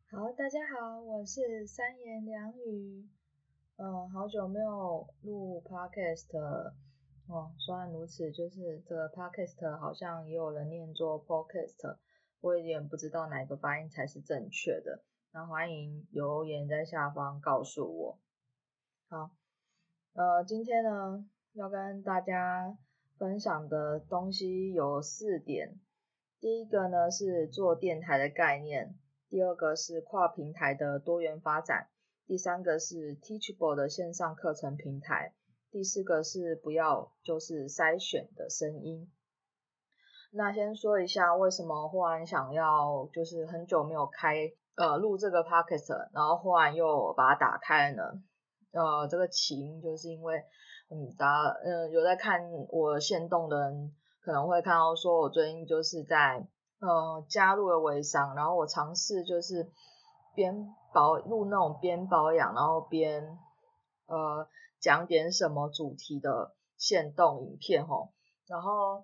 好，大家好，我是三言两语。好久没有录 podcast 哦。虽然如此，就是这个 podcast 好像也有人念作 podcast，我有点不知道哪个发音才是正确的。那欢迎留言在下方告诉我。好，今天呢要跟大家分享的东西有4点。第一个呢是做电台的概念。第二个是跨平台的多元发展，第三个是 Teachable 的线上课程平台，第四个是不要就是筛选的声音。那先说一下为什么忽然想要就是很久没有录这个 podcast， 然后忽然又把它打开了呢？这个起因就是因为有在看我限动的人可能会看到说我最近就是在加入了微商，然后我尝试就是录那种边保养然后边讲点什么主题的限动影片齁。然后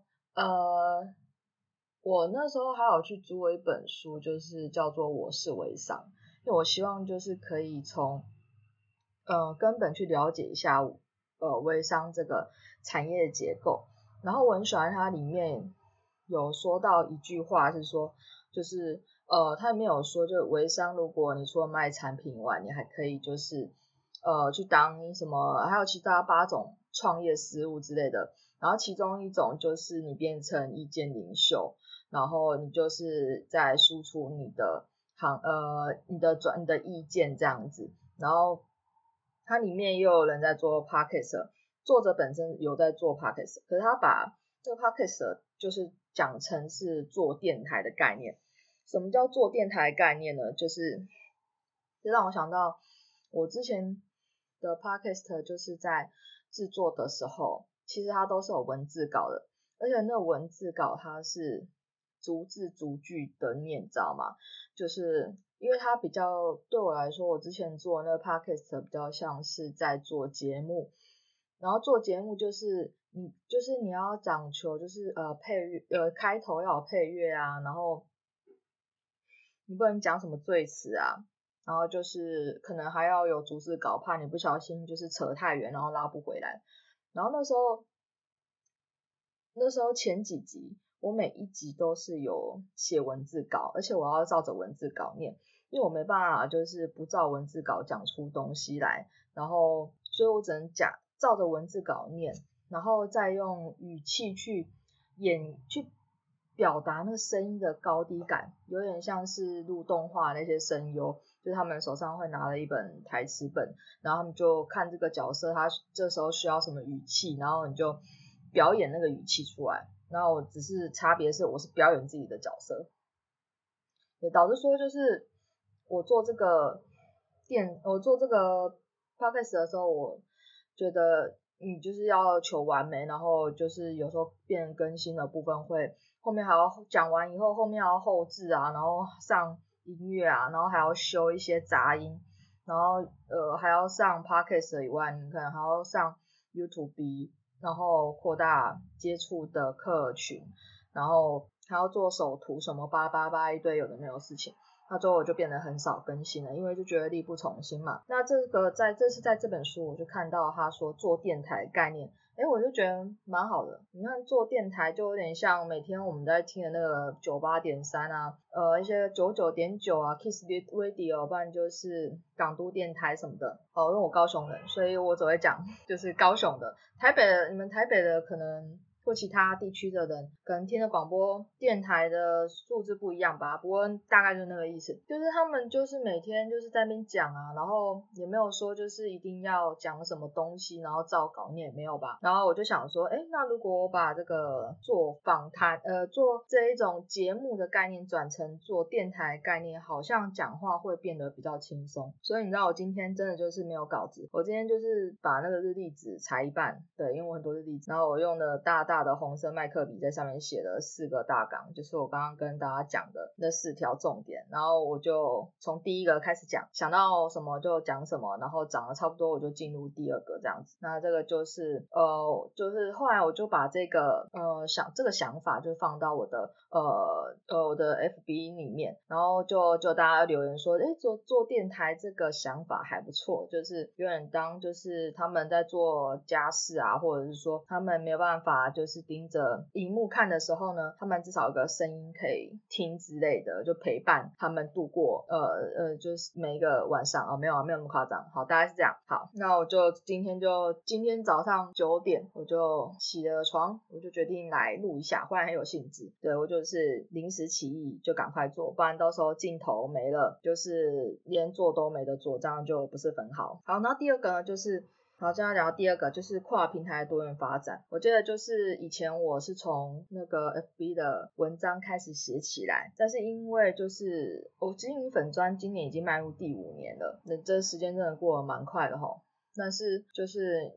我那时候还有去租了一本书，就是叫做我是微商，因为我希望就是可以从根本去了解一下微商这个产业结构。然后我很喜欢它里面有说到一句话是说，就是它里面有说，就微商如果你除了卖产品以外，你还可以就是去当什么，还有其他8种创业思路之类的。然后其中一种就是你变成意见领袖，然后你就是在输出你的意见这样子。然后它里面也有人在做 podcast， 作者本身有在做 podcast， 可是他把这个 podcast 就是讲成是做电台的概念。什么叫做电台的概念呢？这让我想到我之前的 podcast 就是在制作的时候，其实它都是有文字稿的，而且那个文字稿它是逐字逐句的念，知道吗？就是因为它比较对我来说，我之前做的那个 podcast 比较像是在做节目，然后做节目就是你要讲求就是开头要有配乐啊，然后你不能讲什么赘词啊，然后就是可能还要有逐字稿，怕你不小心就是扯太远然后拉不回来。然后那时候前几集我每一集都是有写文字稿，而且我要照着文字稿念，因为我没办法就是不照文字稿讲出东西来，然后所以我只能照着文字稿念，然后再用语气去表达那个声音的高低感，有点像是录动画那些声优，就是他们手上会拿了一本台词本，然后他们就看这个角色他这时候需要什么语气，然后你就表演那个语气出来。然后只是差别是我是表演自己的角色，也导致说就是我做这个podcast 的时候，我觉得你就是要求完美，然后就是有时候变更新的部分会后面还要讲完以后，后面还要后置啊，然后上音乐啊，然后还要修一些杂音，然后还要上 podcast 以外，你可能还要上 YouTube， 然后扩大接触的客群，然后还要做手图什么888一堆有的没有事情。那之后我就变得很少更新了，因为就觉得力不从心嘛。那这是在这本书我就看到他说做电台概念，我就觉得蛮好的。你看做电台就有点像每天我们在听的那个98.3啊，一些99.9啊 Kiss Radio， 不然就是港都电台什么的。因为我高雄人，所以我只会讲就是高雄的。你们台北的可能或其他地区的人可能听的广播电台的数字不一样吧，不过大概就是那个意思，就是他们就是每天就是在那边讲啊，然后也没有说就是一定要讲什么东西然后照稿念，没有吧。然后我就想说那如果我把这个做访谈做这一种节目的概念转成做电台概念，好像讲话会变得比较轻松。所以你知道我今天真的就是没有稿子，我今天就是把那个日历纸裁一半，对，因为我很多日历纸，然后我用了大大的红色麦克笔在上面写了4个大纲，就是我刚刚跟大家讲的那4条重点，然后我就从第一个开始讲，想到什么就讲什么，然后讲的差不多我就进入第2个这样子。那这个就是后来我就把这个想法就放到我的FB 里面，然后就大家留言说做电台这个想法还不错，就是有点当就是他们在做家事啊，或者是说他们没有办法就是盯着荧幕看的时候呢，他们至少有个声音可以听之类的，就陪伴他们度过就是每一个晚上没有那么夸张，好，大概是这样。好，那我就今天早上9点我就起了床，我就决定来录一下，忽然很有兴致，对，我就是临时起意就赶快做，不然到时候镜头没了就是连做都没得做，这样就不是很好。好，然后第2个呢就是好，接下来聊第2个就是跨平台多元发展。我记得就是以前我是从那个 FB 的文章开始写起来，但是因为就是我经营粉专今年已经迈入第5年了，那这时间真的过得蛮快的齁。但是就是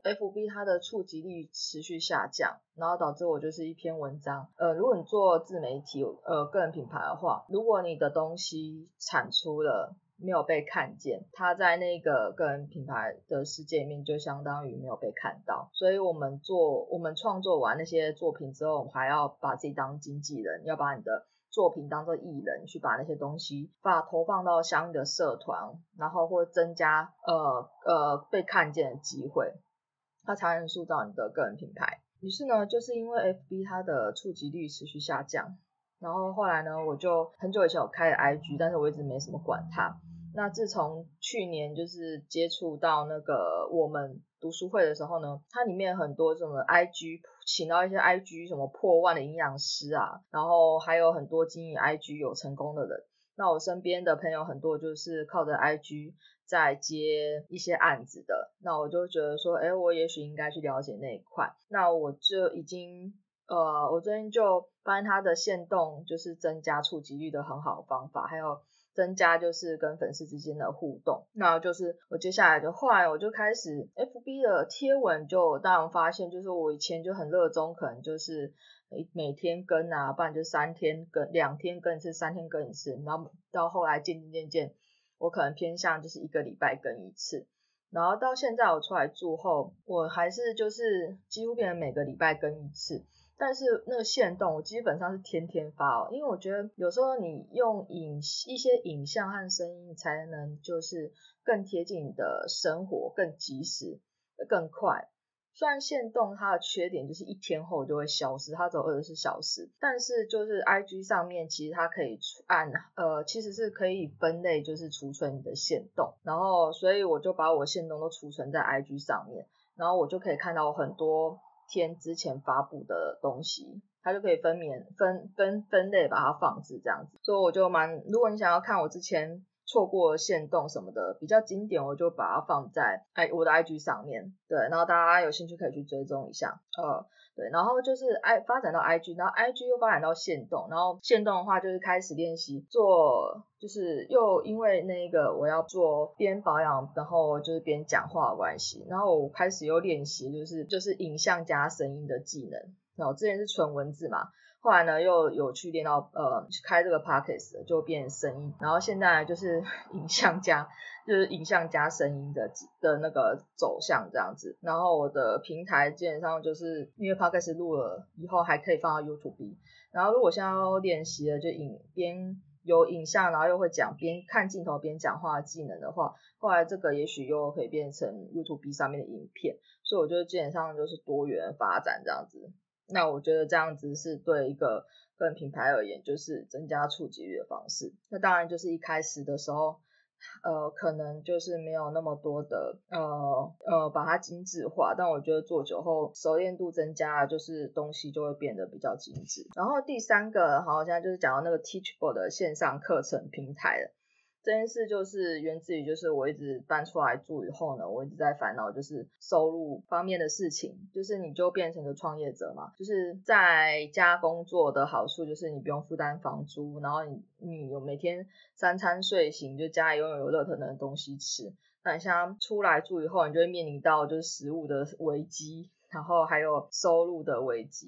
FB 它的触及率持续下降，然后导致我就是一篇文章如果你做自媒体个人品牌的话，如果你的东西产出了没有被看见，它在那个个人品牌的世界里面就相当于没有被看到。所以我们创作完那些作品之后，我们还要把自己当经纪人，要把你的作品当作艺人去把那些东西投放到相应的社团，然后或增加被看见的机会，它才能塑造你的个人品牌。于是呢，就是因为 FB 它的触及率持续下降，然后后来呢，我就很久以前有开了 IG， 但是我一直没什么管它。那自从去年就是接触到那个我们读书会的时候呢，它里面很多什么 IG 请到一些 IG 什么破万的营养师啊，然后还有很多经营 IG 有成功的人。那我身边的朋友很多就是靠着 IG 在接一些案子的，那我就觉得说我也许应该去了解那一块。那我就已经我最近就发现它的限动就是增加触及率的很好的方法，还有增加就是跟粉丝之间的互动。那就是我接下来后来我就开始 FB 的贴文，就当然发现就是我以前就很热衷，可能就是每天更啊，不然就3天更，2天更一次，3天更一次，然后到后来渐渐我可能偏向就是1个礼拜更一次，然后到现在我出来住后，我还是就是几乎变成每个礼拜更一次。但是那个限动我基本上是天天发因为我觉得有时候你用一些影像和声音才能就是更贴近你的生活，更及时更快。虽然限动它的缺点就是1天后就会消失，它只有24小时，但是就是 IG 上面其实它可以其实是可以分类，就是储存你的限动，然后所以我就把我限动都储存在 IG 上面，然后我就可以看到很多天之前发布的东西，它就可以分类把它放置这样子。所以我就如果你想要看我之前错过限动什么的比较经典，我就把它放在我的 IG 上面，对，然后大家有兴趣可以去追踪一下对，然后就是发展到 IG， 然后 IG 又发展到限动，然后限动的话就是开始练习做，就是又因为那个我要做边保养然后就是边讲话的关系，然后我开始又练习就是影像加声音的技能。然后之前是纯文字嘛，后来呢又有去练到开这个 podcast 就变成声音，然后现在就是影像加声音的那个走向这样子。然后我的平台基本上就是因为 podcast 录了以后还可以放到 YouTube， 然后如果现在要练习的就边有影像然后又会讲边看镜头边讲话的技能的话，后来这个也许又可以变成 YouTube 上面的影片，所以我觉得基本上就是多元发展这样子。那我觉得这样子是对一个个人品牌而言就是增加触及率的方式。那当然就是一开始的时候可能就是没有那么多的把它精致化，但我觉得做久后熟练度增加了，就是东西就会变得比较精致。然后第3个好，现在就是讲到那个 Teachable 的线上课程平台了。这件事就是源自于就是我一直搬出来住以后呢，我一直在烦恼就是收入方面的事情，就是你就变成个创业者嘛，就是在家工作的好处就是你不用负担房租，然后你有每天3餐睡醒，就家里拥有热腾腾的东西吃。那你像出来住以后，你就会面临到就是食物的危机，然后还有收入的危机。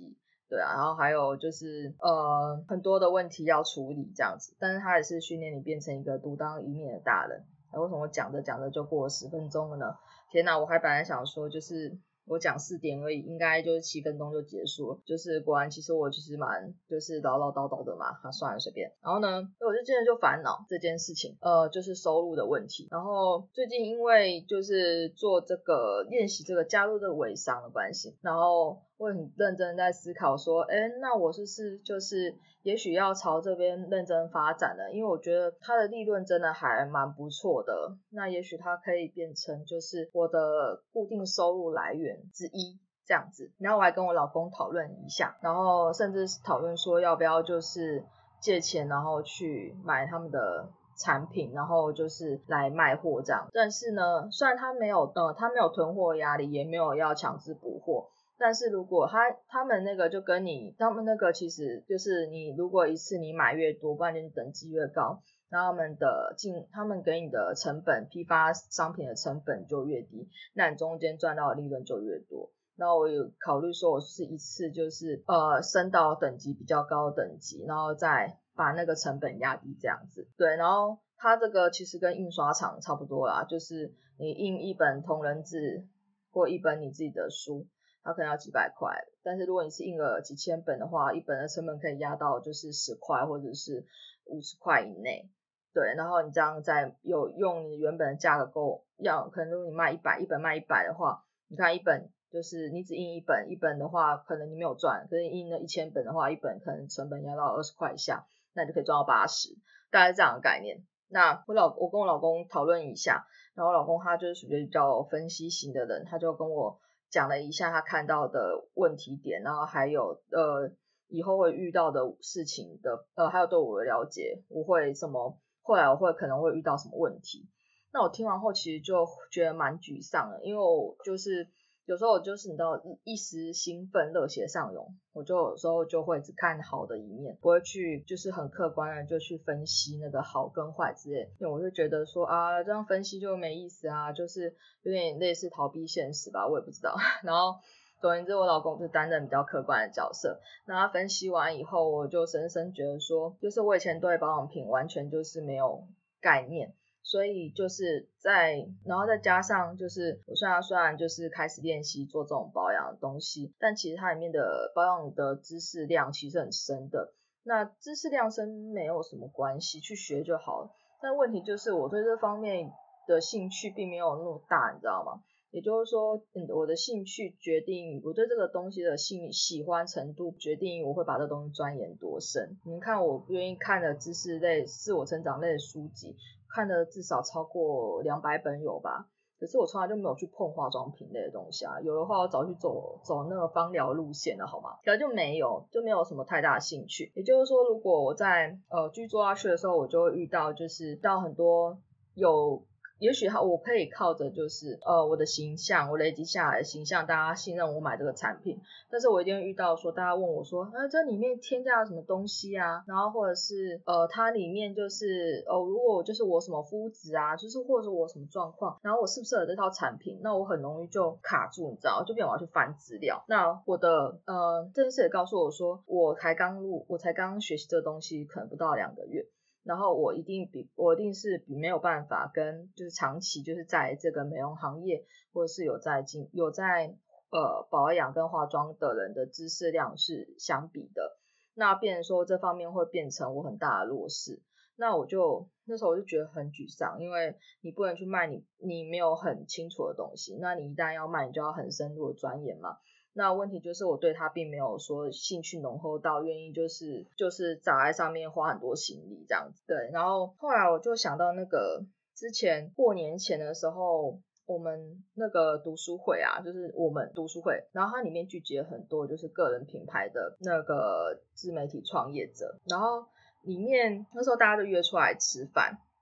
对啊，然后还有就是很多的问题要处理这样子，但是它也是训练你变成一个独当一面的大人。为什么讲着讲着就过了10分钟了呢？天哪，我还本来想说就是我讲4点而已，应该就是7分钟就结束了，就是果然其实我蛮就是唠唠叨叨的嘛，算了随便。然后呢，我就真的就烦恼这件事情，就是收入的问题。然后最近因为就是做这个练习这个加入这个微商的关系，然后我很认真在思考说，那我是不是就是也许要朝这边认真发展了，因为我觉得它的利润真的还蛮不错的，那也许它可以变成就是我的固定收入来源之一这样子。然后我还跟我老公讨论一下，然后甚至讨论说要不要就是借钱然后去买他们的产品，然后就是来卖货这样。但是呢，虽然他没有囤货压力，也没有要强制补货，但是如果他们那个就跟你，他们那个其实就是你如果一次你买越多，不然你等级越高，然后他们给你的成本，批发商品的成本就越低，那你中间赚到的利润就越多。然后我有考虑说我是一次就是升到等级比较高的等级，然后再把那个成本压低这样子。对，然后它这个其实跟印刷厂差不多啦，就是你印一本同人志或一本你自己的书，它可能要几百块，但是如果你是印了几千本的话，一本的成本可以压到就是10块或者是50块以内。对，然后你这样再用你原本的价格可能如果你卖100，一本卖100的话，你看一本就是你只印一本的话，可能你没有赚，可是印了1000本的话，一本可能成本压到20块以下，那你就可以赚到80，大概是这样的概念。那我跟我老公讨论一下，然后我老公他就是属于比较分析型的人，他就跟我讲了一下他看到的问题点，然后还有以后会遇到的事情的还有对我的了解，后来我可能会遇到什么问题。那我听完后其实就觉得蛮沮丧的，因为我就是有时候我就是你知道一时兴奋热血上涌，我就有时候就会只看好的一面，不会去就是很客观的就去分析那个好跟坏之类，因为我就觉得说啊这样分析就没意思啊，就是有点类似逃避现实吧，我也不知道。然后总而言之我老公就担任比较客观的角色，那他分析完以后我就深深觉得说，就是我以前对保养品完全就是没有概念，所以就是然后再加上就是我虽然就是开始练习做这种保养的东西，但其实它里面的保养的知识量其实很深的，那知识量深没有什么关系，去学就好了，但问题就是我对这方面的兴趣并没有那么大，你知道吗？也就是说我的兴趣决定我对这个东西的喜欢程度，决定我会把这东西钻研多深。你们看我愿意看的知识类自我成长类的书籍看了至少超过200本有吧，可是我从来就没有去碰化妆品类的东西啊，有的话我早去走那个芳疗路线了好吗？可是就没有什么太大的兴趣。也就是说如果我在继续做下去的时候，我就会遇到很多也许我可以靠着就是我的形象，我累积下来的形象，大家信任我买这个产品，但是我一定会遇到说大家问我说这里面添加了什么东西啊，然后或者是它里面就是如果就是我什么肤质啊，就是或者是我什么状况，然后我适不适合这套产品，那我很容易就卡住，你知道，就变我要去翻资料。那我的这件事也告诉我说，我才刚学习这个东西可能不到2个月，然后我一定是比没有办法跟就是长期就是在这个美容行业或者是有在保养跟化妆的人的知识量是相比的，那变成说这方面会变成我很大的弱势。那时候我就觉得很沮丧，因为你不能去卖你没有很清楚的东西，那你一旦要卖你就要很深入的钻研嘛。那问题就是我对他并没有说兴趣浓厚到愿意就是砸在上面花很多心力这样子。对，然后后来我就想到那个之前过年前的时候，我们那个读书会啊，就是我们读书会，然后它里面聚集了很多就是个人品牌的那个自媒体创业者，然后里面那时候大家就约出来吃饭，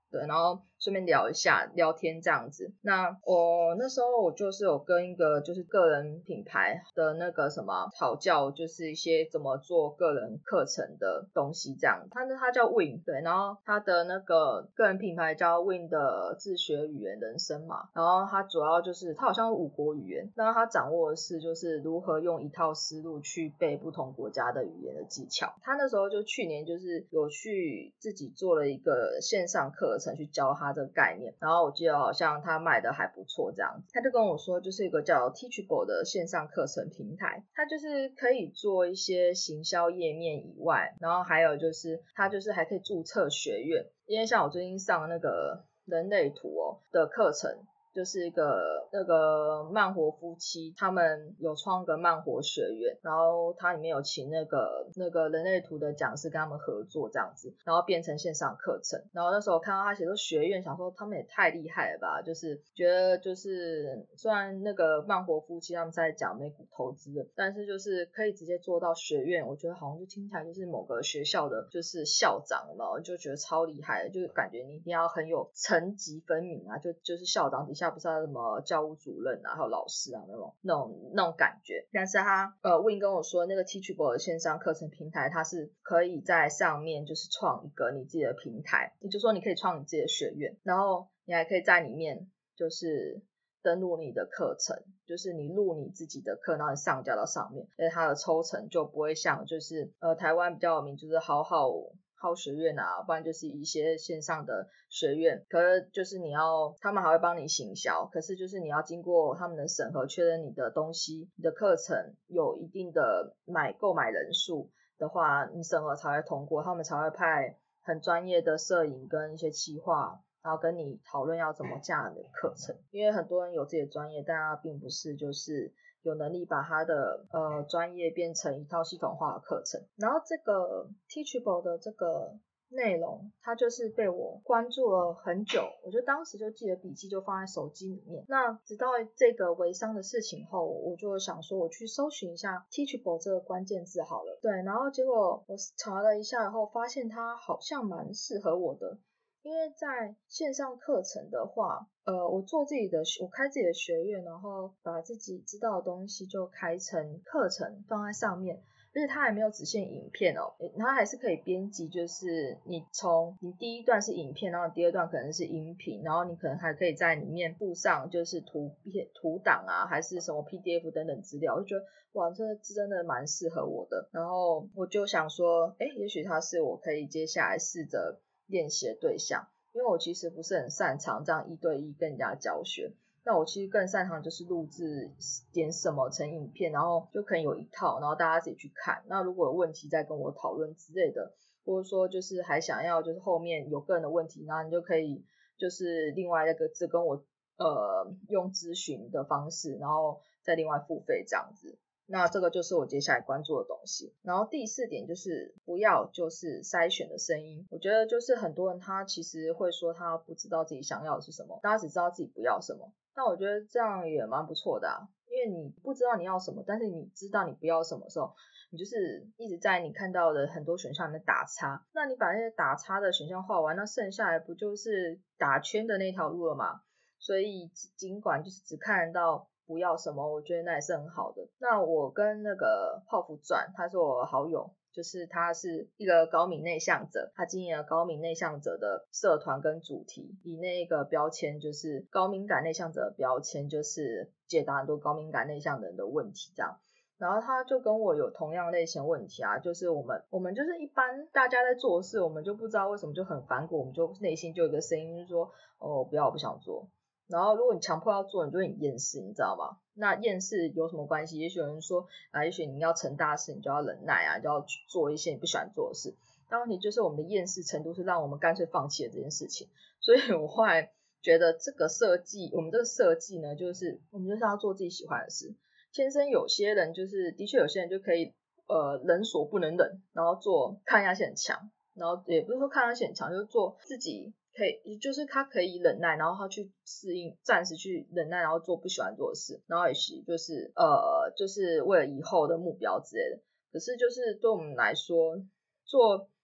对，然后顺便聊一下聊天这样子。那我那时候我就是有跟一个就是个人品牌的那个什么讨教，就是一些怎么做个人课程的东西这样。他叫 Win， 对，然后他的那个个人品牌叫 Win 的自学语言人生嘛，然后他主要就是他好像5国语言，那他掌握的是就是如何用一套思路去背不同国家的语言的技巧。他那时候就去年就是有去自己做了一个线上课程去教他这个概念，然后我记得好像他卖的还不错这样子。他就跟我说就是一个叫 Teachable 的线上课程平台，他就是可以做一些行销页面以外，然后还有就是他就是还可以注册学院，因为像我最近上那个人类图的课程，就是一个那个慢活夫妻他们有创个慢活学院，然后它里面有请那个人类图的讲师跟他们合作这样子，然后变成线上课程。然后那时候看到他写作学院，想说他们也太厉害了吧，就是觉得就是虽然那个慢活夫妻他们在讲美股投资的，但是就是可以直接做到学院，我觉得好像就听起来就是某个学校的就是校长嘛，我就觉得超厉害的，就感觉你一定要很有层级分明啊，就是校长底下不是要什么教务主任啊还有老师啊那种感觉。但是他Win 跟我说那个 Teachable 的线上课程平台，它是可以在上面就是创一个你自己的平台，也就是说你可以创你自己的学院，然后你还可以在里面就是登录你的课程，就是你录你自己的课，然后你上架到上面，而且它的抽成就不会像就是台湾比较有名就是好学院啊，不然就是一些线上的学院，可是就是他们还会帮你行销，可是就是你要经过他们的审核，确认你的东西你的课程有一定的购买人数的话，你审核才会通过，他们才会派很专业的摄影跟一些企划，然后跟你讨论要怎么架你的课程。因为很多人有自己的专业，但他并不是就是有能力把他的专业变成一套系统化的课程。然后这个 Teachable 的这个内容它就是被我关注了很久，我就当时就记得笔记就放在手机里面。那直到这个微商的事情后，我就想说我去搜寻一下 Teachable 这个关键字好了，对，然后结果我查了一下以后发现它好像蛮适合我的。因为在线上课程的话，我开自己的学院，然后把自己知道的东西就开成课程放在上面，而且它还没有只限影片它还是可以编辑，就是你第一段是影片，然后第二段可能是音频，然后你可能还可以在里面附上就是图档啊，还是什么 PDF 等等资料，我就觉得哇，这真的蛮适合我的。然后我就想说，也许它是我可以接下来试着练习的对象，因为我其实不是很擅长这样1对1跟人家教学，那我其实更擅长就是录制点什么成影片，然后就可能有一套，然后大家自己去看，那如果有问题再跟我讨论之类的，或者说就是还想要就是后面有个人的问题，然后你就可以就是另外再跟我用咨询的方式，然后再另外付费这样子。那这个就是我接下来关注的东西。然后第4点就是不要就是筛选的声音，我觉得就是很多人他其实会说他不知道自己想要的是什么，大家只知道自己不要什么，但我觉得这样也蛮不错的啊，因为你不知道你要什么，但是你知道你不要什么的时候，你就是一直在你看到的很多选项里面打叉，那你把那些打叉的选项画完，那剩下来不就是打圈的那条路了吗？所以尽管就是只看得到不要什么，我觉得那也是很好的。那我跟那个泡芙传，他是我好友，就是他是一个高敏内向者，他经营了高敏内向者的社团跟主题，以那个标签就是高敏感内向者的标签，就是解答很多高敏感内向人的问题这样。然后他就跟我有同样类型问题啊，就是我们就是一般大家在做事，我们就不知道为什么就很反骨，我们就内心就有一个声音就是说，不要，我不想做。然后如果你强迫要做，你就会很厌世，你知道吗？那厌世有什么关系？也许有人说也许你要成大事，你就要忍耐啊，就要去做一些你不喜欢做的事。但问题就是我们的厌世程度是让我们干脆放弃了这件事情。所以我后来觉得我们这个设计呢，就是我们就是要做自己喜欢的事。天生有些人就是的确有些人就可以人所不能忍，然后做抗压性很强，然后也不是说抗压性很强，就是做自己可以，就是他可以忍耐，然后他去适应，暂时去忍耐，然后做不喜欢做的事，然后也许就是为了以后的目标之类的。可是就是对我们来说，做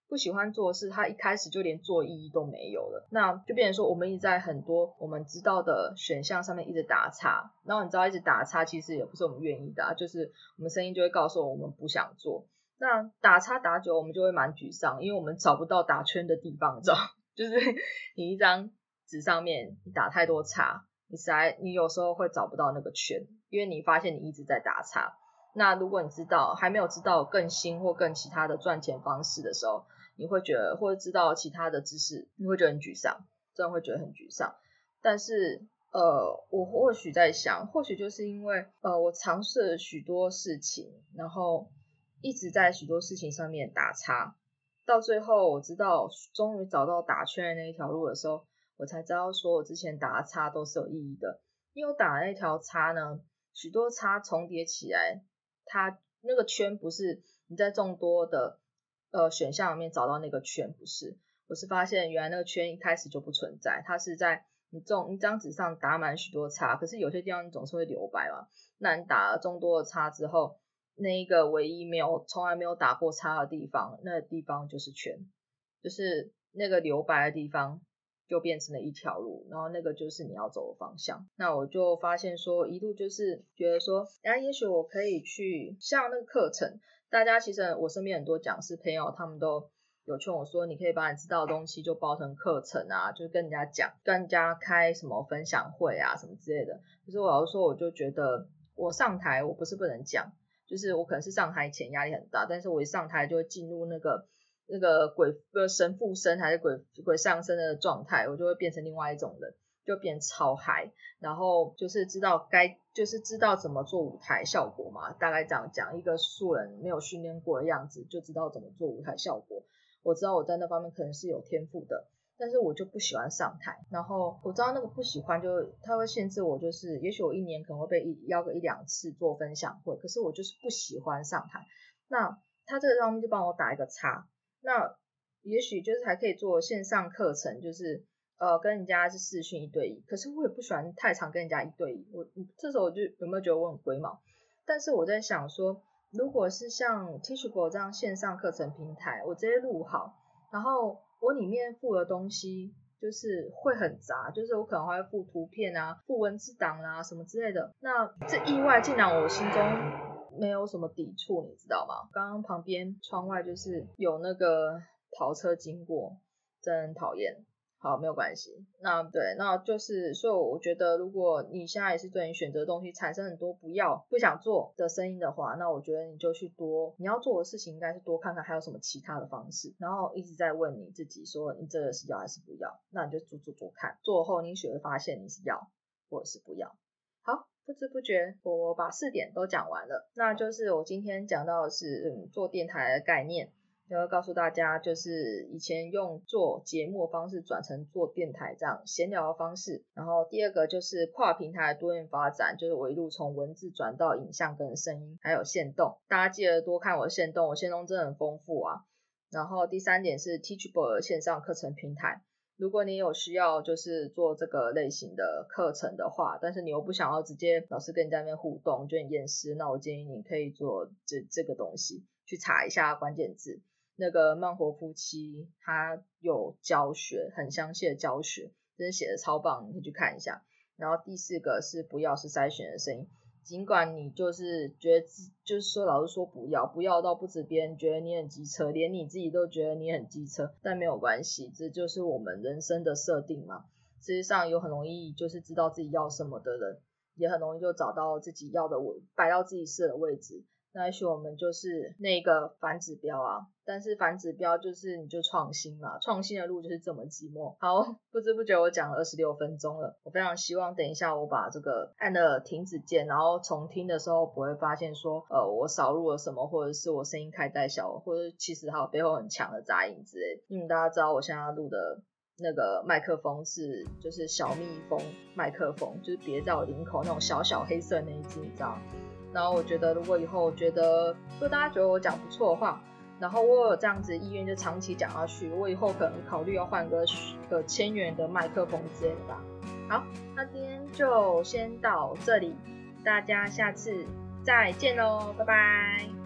不喜欢做的事，它一开始就连做意义都没有了，那就变成说我们一直在很多我们知道的选项上面一直打叉，然后你知道一直打叉其实也不是我们愿意的就是我们声音就会告诉我们不想做，那打叉打久我们就会蛮沮丧，因为我们找不到打圈的地方，你知道就是你一张纸上面你打太多叉，你有时候会找不到那个圈，因为你发现你一直在打叉。那如果你还没有知道更新或更其他的赚钱方式的时候，你会觉得或者知道其他的知识，你会觉得很沮丧，真的会觉得很沮丧。但是我或许在想，或许就是因为我尝试了许多事情，然后一直在许多事情上面打叉，到最后我知道终于找到打圈的那一条路的时候，我才知道说我之前打的叉都是有意义的。因为我打的那条叉呢，许多叉重叠起来，它那个圈不是你在众多的选项里面找到那个圈，不是，我是发现原来那个圈一开始就不存在，它是在你一张纸上打满许多叉，可是有些地方你总是会留白嘛，那你打了众多的叉之后，那一个唯一从来没有打过叉的地方，那个地方就是圈，就是那个留白的地方就变成了一条路，然后那个就是你要走的方向。那我就发现说一路就是觉得说也许我可以去上那个课程，大家其实我身边很多讲师朋友他们都有劝我说你可以把你知道的东西就包成课程啊，就是跟人家讲，跟人家开什么分享会啊什么之类的。可是我老实说，我就觉得我上台我不是不能讲，就是我可能是上台前压力很大，但是我一上台就会进入那个神附身还是鬼上身的状态，我就会变成另外一种人，就变超嗨，然后就是知道怎么做舞台效果嘛，大概这样讲，一个素人没有训练过的样子就知道怎么做舞台效果。我知道我在那方面可能是有天赋的，但是我就不喜欢上台，然后我知道那个不喜欢它会限制我，就是也许我一年可能会被邀个1-2次做分享会，可是我就是不喜欢上台，那他这个方面就帮我打一个叉。那也许就是还可以做线上课程，就是跟人家是视讯1对1，可是我也不喜欢太常跟人家1对1，这时候我就有没有觉得我很龟毛？但是我在想说，如果是像 Teachable 这样线上课程平台，我直接录好，然后我里面附的东西就是会很杂，就是我可能会附图片啊，附文字档啊什么之类的，那这意外竟然我心中没有什么抵触，你知道吗？刚刚旁边窗外就是有那个跑车经过，真讨厌。好，没有关系。那就是所以我觉得如果你现在也是对你选择的东西产生很多不想做的声音的话，那我觉得你就你要做的事情应该是多看看还有什么其他的方式，然后一直在问你自己说你这个是要还是不要，那你就做看，做后你会发现你是要或者是不要。好，不知不觉我把4点都讲完了，那就是我今天讲到的是做电台的概念，就会告诉大家就是以前用做节目的方式转成做电台这样闲聊的方式，然后第二个就是跨平台的多元发展，就是我一路从文字转到影像跟声音还有限动，大家记得多看我的限动，我限动真的很丰富啊。然后第3点是 Teachable 的线上课程平台，如果你有需要就是做这个类型的课程的话，但是你又不想要直接老师跟你在那边互动就很厌世，那我建议你可以做这个东西，去查一下关键字，那个慢活夫妻他有教学，很详细的教学，真的写的超棒，你可以去看一下。然后第4个是不要是筛选的声音，尽管你就是觉得就是说老师说不要到不止别人觉得你很机车，连你自己都觉得你很机车，但没有关系，这就是我们人生的设定嘛。实际上有很容易就是知道自己要什么的人，也很容易就找到自己要的摆到自己适合的位置，那也许我们就是那个反指标啊，但是反指标就是你就创新嘛，创新的路就是这么寂寞。好，不知不觉我讲了26分钟了，我非常希望等一下我把这个按了停止键，然后重听的时候不会发现说我少录了什么，或者是我声音开太小，或者其实还有背后很强的杂音之类的。因为大家知道我现在录的那个麦克风就是小蜜蜂麦克风，就是别在我领口那种小小黑色那一只，你知道。然后我觉得如果以后如果大家觉得我讲不错的话，然后我有这样子的意愿就长期讲下去，我以后可能考虑要换个1000元的麦克风之类的吧。好，那今天就先到这里，大家下次再见咯，拜拜。